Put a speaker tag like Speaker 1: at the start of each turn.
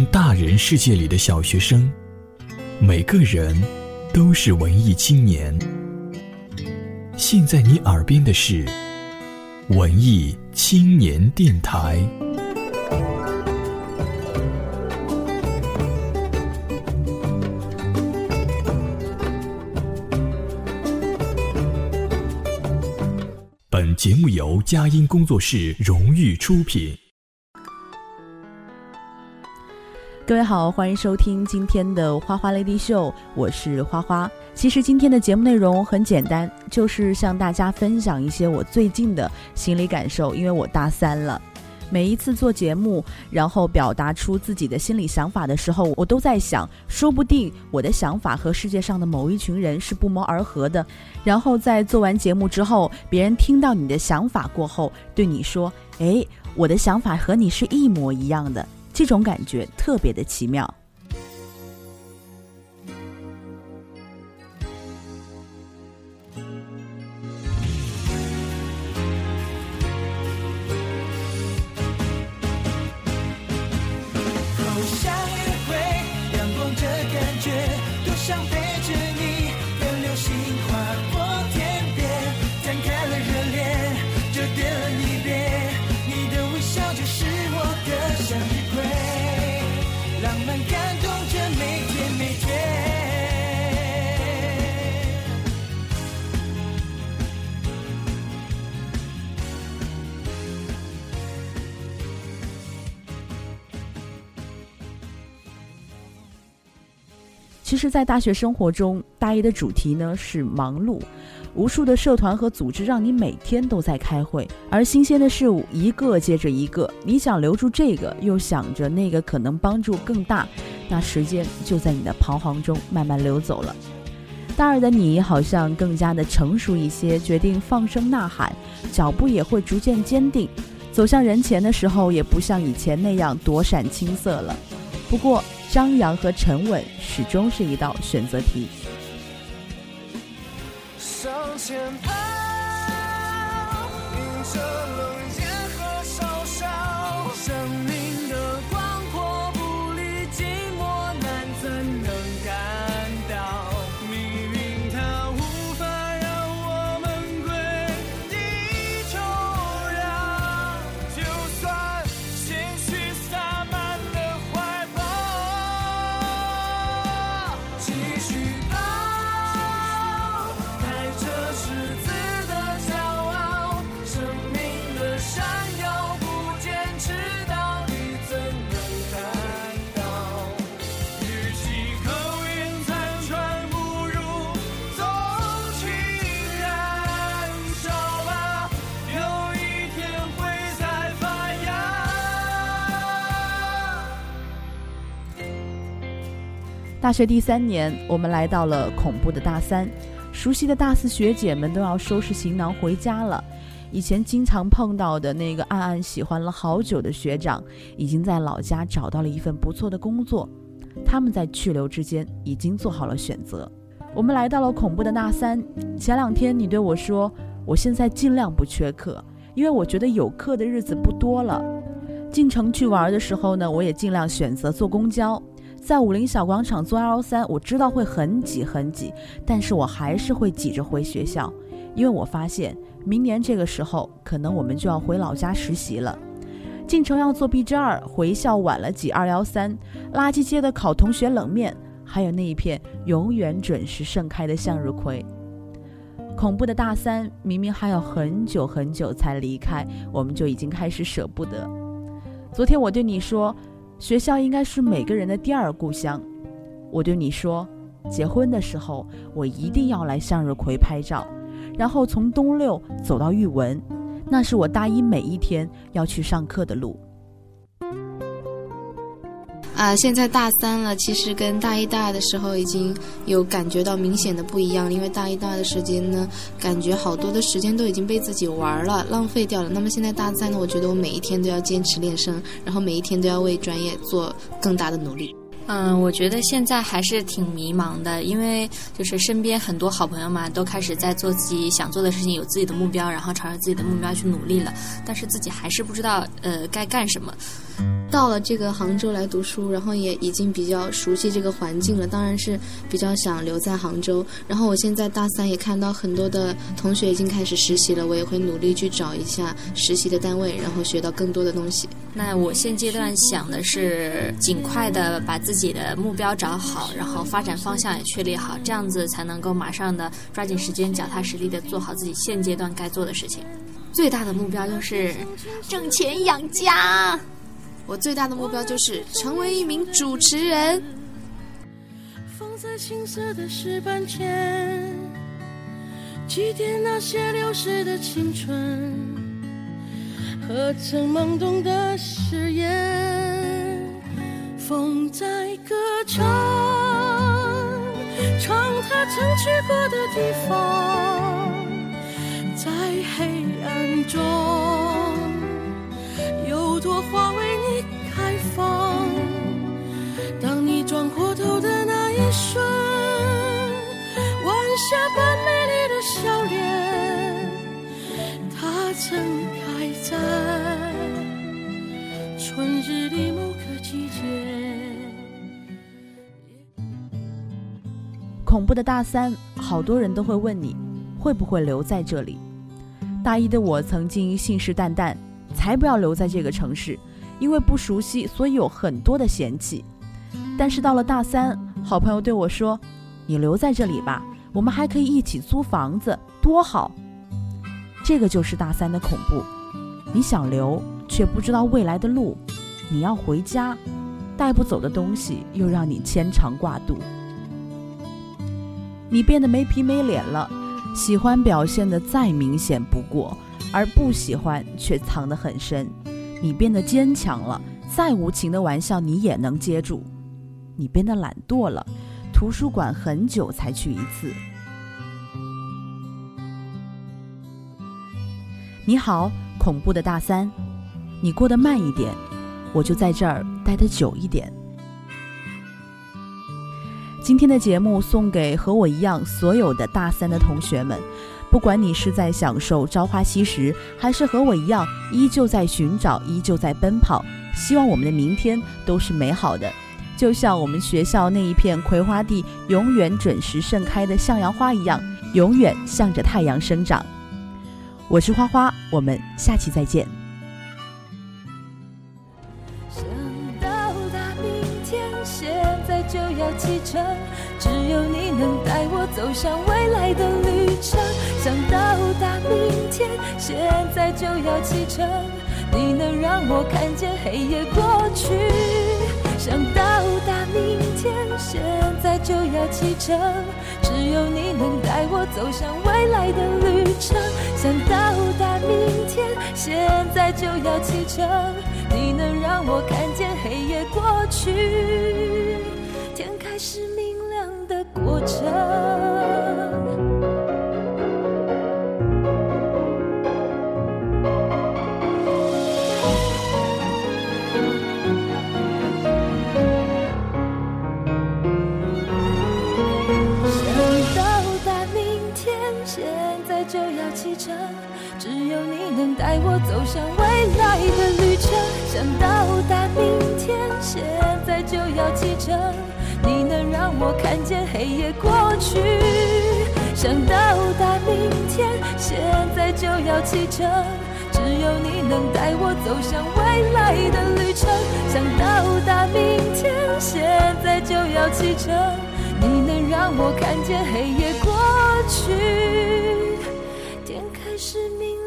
Speaker 1: 大人世界里的小学生，每个人都是文艺青年。现在你耳边的是文艺青年电台。本节目由佳音工作室荣誉出品。
Speaker 2: 各位好，欢迎收听今天的花花 Lady Show， 我是花花。其实今天的节目内容很简单，就是向大家分享一些我最近的心理感受。因为我大三了，每一次做节目然后表达出自己的心理想法的时候，我都在想，说不定我的想法和世界上的某一群人是不谋而合的。然后在做完节目之后，别人听到你的想法过后对你说，诶，我的想法和你是一模一样的，这种感觉特别的奇妙。其实在大学生活中，大一的主题呢是忙碌，无数的社团和组织让你每天都在开会，而新鲜的事物一个接着一个，你想留住这个，又想着那个可能帮助更大，那时间就在你的彷徨中慢慢流走了。大二的你好像更加的成熟一些，决定放声呐喊，脚步也会逐渐坚定，走向人前的时候也不像以前那样躲闪青涩了。不过张扬和沉稳始终是一道选择题。
Speaker 3: 向前跑，迎着冷眼和嘲笑，生命的广阔不离寂寞，难怎能感到命运它无法让我们归地重让，就算情绪洒满了怀抱，继续跑，带着赤子的骄傲，生命的闪耀不坚持到底怎能看到，与其口烟残喘不如纵情燃烧吧，有一天会再发芽。
Speaker 2: 大学第3年，我们来到了恐怖的大3，熟悉的大4学姐们都要收拾行囊回家了。以前经常碰到的那个暗暗喜欢了好久的学长，已经在老家找到了一份不错的工作，他们在去留之间已经做好了选择。我们来到了恐怖的大3，前2天你对我说，我现在尽量不缺课，因为我觉得有课的日子不多了。进城去玩的时候呢，我也尽量选择坐公交。在武林小广场坐213，我知道会很挤很挤，但是我还是会挤着回学校，因为我发现明年这个时候可能我们就要回老家实习了。进城要坐 BG2， 回校晚了挤213，垃圾街的烤同学冷面，还有那一片永远准时盛开的向日葵。恐怖的大3，明明还有很久很久才离开，我们就已经开始舍不得。昨天我对你说，学校应该是每个人的第2故乡。我对你说，结婚的时候我一定要来向日葵拍照，然后从东六走到育文，那是我大一每一天要去上课的路。
Speaker 4: 现在大3了，其实跟大1大2的时候已经有感觉到明显的不一样，因为大1大2的时间呢，感觉好多的时间都已经被自己玩了，浪费掉了。那么现在大3呢，我觉得我每一天都要坚持练声，然后每一天都要为专业做更大的努力。
Speaker 5: 我觉得现在还是挺迷茫的，因为就是身边很多好朋友嘛，都开始在做自己想做的事情，有自己的目标，然后朝着自己的目标去努力了，但是自己还是不知道该干什么。
Speaker 4: 到了这个杭州来读书，然后也已经比较熟悉这个环境了，当然是比较想留在杭州。然后我现在大三也看到很多的同学已经开始实习了，我也会努力去找一下实习的单位，然后学到更多的东西。
Speaker 5: 那我现阶段想的是尽快的把自己的目标找好，然后发展方向也确立好，这样子才能够马上的抓紧时间脚踏实地的做好自己现阶段该做的事情。最大的目标就是挣钱养家，
Speaker 4: 我最大的目标就是成为一名主持人。
Speaker 3: 放在青涩的石板前，祭奠那些流逝的青春和曾懵懂的誓言。风在歌唱，唱它曾去过的地方，在黑暗中有朵花为你开放。当你转过头的那一瞬，晚霞般美丽的笑脸，它曾开在春日里某个季节。
Speaker 2: 恐怖的大三，好多人都会问你会不会留在这里。大一的我曾经信誓旦旦，才不要留在这个城市，因为不熟悉，所以有很多的嫌弃。但是到了大三，好朋友对我说，你留在这里吧，我们还可以一起租房子，多好。这个就是大三的恐怖，你想留却不知道未来的路，你要回家，带不走的东西又让你牵肠挂肚。你变得没皮没脸了，喜欢表现得再明显不过，而不喜欢却藏得很深。你变得坚强了，再无情的玩笑你也能接住。你变得懒惰了，图书馆很久才去一次。你好，恐怖的大三，你过得慢一点，我就在这儿待得久一点。今天的节目送给和我一样所有的大三的同学们，不管你是在享受朝花夕拾，还是和我一样依旧在寻找，依旧在奔跑，希望我们的明天都是美好的，就像我们学校那一片葵花地永远准时盛开的向阳花一样，永远向着太阳生长。我是花花，我们下期再见。
Speaker 6: 想到达明天，现在就要启程，只有你能带我走向未来的旅程。想到达明天，现在就要启程，你能让我看见黑夜过去。想到达明天，现在就要启程，只有你能带我走向未来的旅程。想到达明天，现在就要启程，你能让我看见黑夜过去，天开始明亮的过程。就要启程，只有你能带我走向未来的旅程。想到达明天，现在就要启程，你能让我看见黑夜过去。想到达明天，现在就要启程，只有你能带我走向未来的旅程。想到达明天，现在就要启程，你能让我看见黑夜过去，天开始明亮。